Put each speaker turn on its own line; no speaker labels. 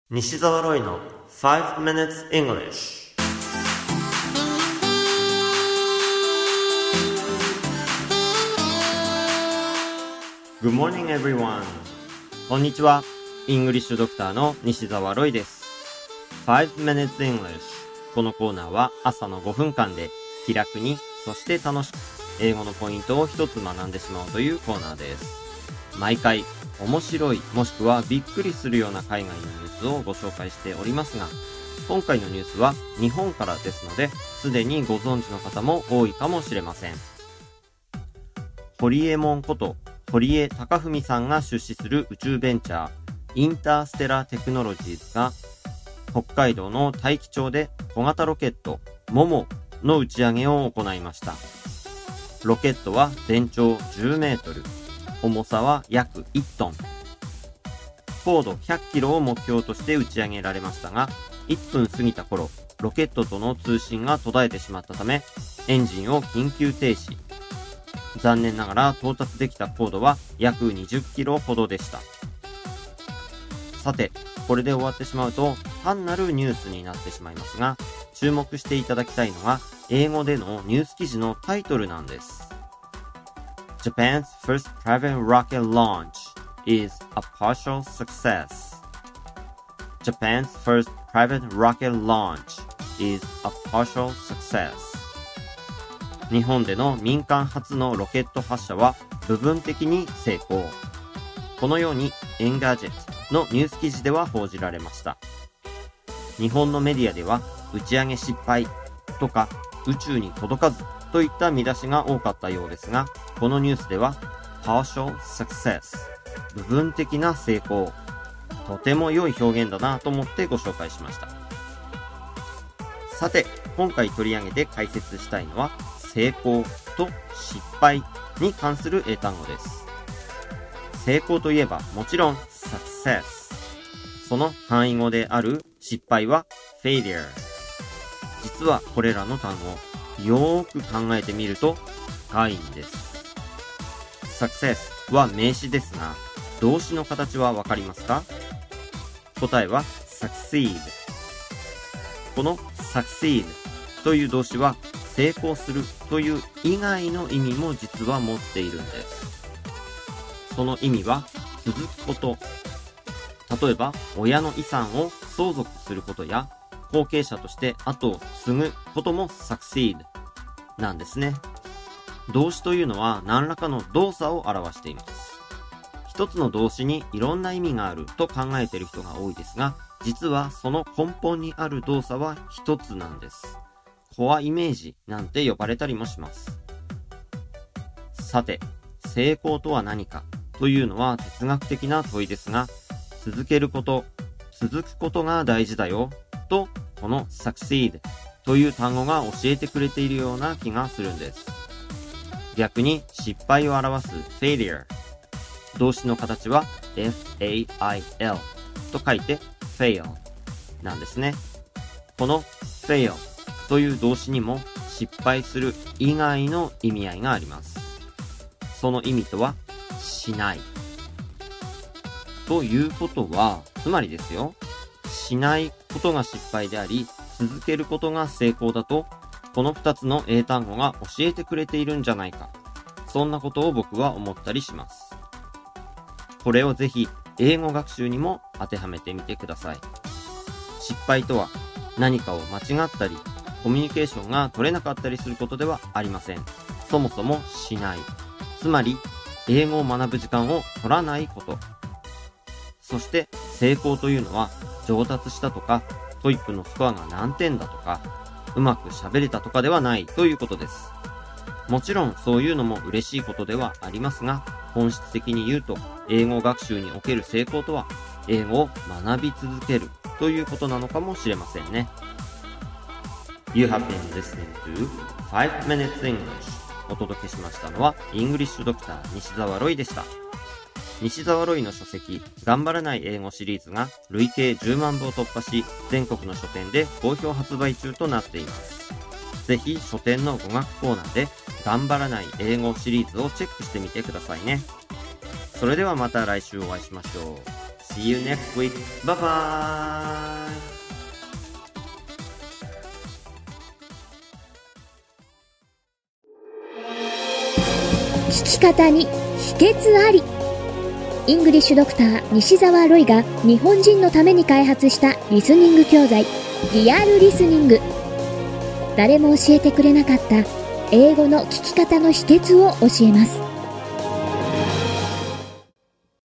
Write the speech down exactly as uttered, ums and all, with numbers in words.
西澤ロイの five minutes English。 Good morning everyone。 こんにちは。イングリッシュドクターの西澤ロイです。 five minutes English。 このコーナーは朝のごふんかんで気楽に、そして楽しく英語のポイントを一つ学んでしまうというコーナーです。毎回面白いもしくはびっくりするような海外のニュースをご紹介しておりますが、今回のニュースは日本からですので、すでにご存知の方も多いかもしれません。ホリエモンこと堀江貴文さんが出資する宇宙ベンチャーインターステラテクノロジーズが北海道の大樹町で小型ロケットモモの打ち上げを行いました。ロケットは全長じゅうメートル、重さは約いちトン、高度ひゃっキロを目標として打ち上げられましたが、いっぷん過ぎた頃、ロケットとの通信が途絶えてしまったため、エンジンを緊急停止。残念ながら到達できた高度は約にじゅっキロほどでした。さて、これで終わってしまうと単なるニュースになってしまいますが、注目していただきたいのが英語でのニュース記事のタイトルなんです。Japan's first private rocket launch is a partial success. Japan's first private rocket launch is a partial success. 日本での民間初のロケット発射は部分的に成功。このようにエンガジェットのニュース記事では報じられました。日本のメディアでは打ち上げ失敗とか宇宙に届かずといった見出しが多かったようですが、このニュースでは partial success 部分的な成功、とても良い表現だなと思ってご紹介しました。さて、今回取り上げて解説したいのは成功と失敗に関する英単語です。成功といえばもちろん success、 その範囲語である失敗は failure。 実はこれらの単語よーく考えてみると深いんです。Success は名詞ですが、動詞の形はわかりますか？答えは succeed。 この succeed という動詞は成功するという以外の意味も実は持っているんです。その意味は続くこと。例えば親の遺産を相続することや後継者として後を継ぐことも succeed なんですね。動詞というのは何らかの動作を表しています。一つの動詞にいろんな意味があると考えている人が多いですが、実はその根本にある動作は一つなんです。コアイメージなんて呼ばれたりもします。さて、成功とは何かというのは哲学的な問いですが、続けること、続くことが大事だよと、この succeed という単語が教えてくれているような気がするんです。逆に失敗を表す failure、 動詞の形は エフエーアイエル と書いて fail なんですね。この fail という動詞にも失敗する以外の意味合いがあります。その意味とはしないということは、つまりですよ、しないことが失敗であり、続けることが成功だと、このふたつの英単語が教えてくれているんじゃないか。そんなことを僕は思ったりします。これをぜひ英語学習にも当てはめてみてください。失敗とは何かを間違ったり、コミュニケーションが取れなかったりすることではありません。そもそもしない。つまり、英語を学ぶ時間を取らないこと。そして成功というのは上達したとか、トイックのスコアが何点だとか、うまく喋れたとかではないということです。もちろんそういうのも嬉しいことではありますが、本質的に言うと英語学習における成功とは英語を学び続けるということなのかもしれませんね。 You have been listening to five minutes English。 お届けしましたのはイングリッシュドクター西澤ロイでした。西澤ロイの書籍頑張らない英語シリーズが累計じゅうまんぶを突破し、全国の書店で好評発売中となっています。ぜひ書店の語学コーナーで頑張らない英語シリーズをチェックしてみてくださいね。それではまた来週お会いしましょう。 See you next week. Bye bye.
聞き方に秘訣あり。イングリッシュドクター西澤ロイが日本人のために開発したリスニング教材リアルリスニング。誰も教えてくれなかった英語の聞き方の秘訣を教えます。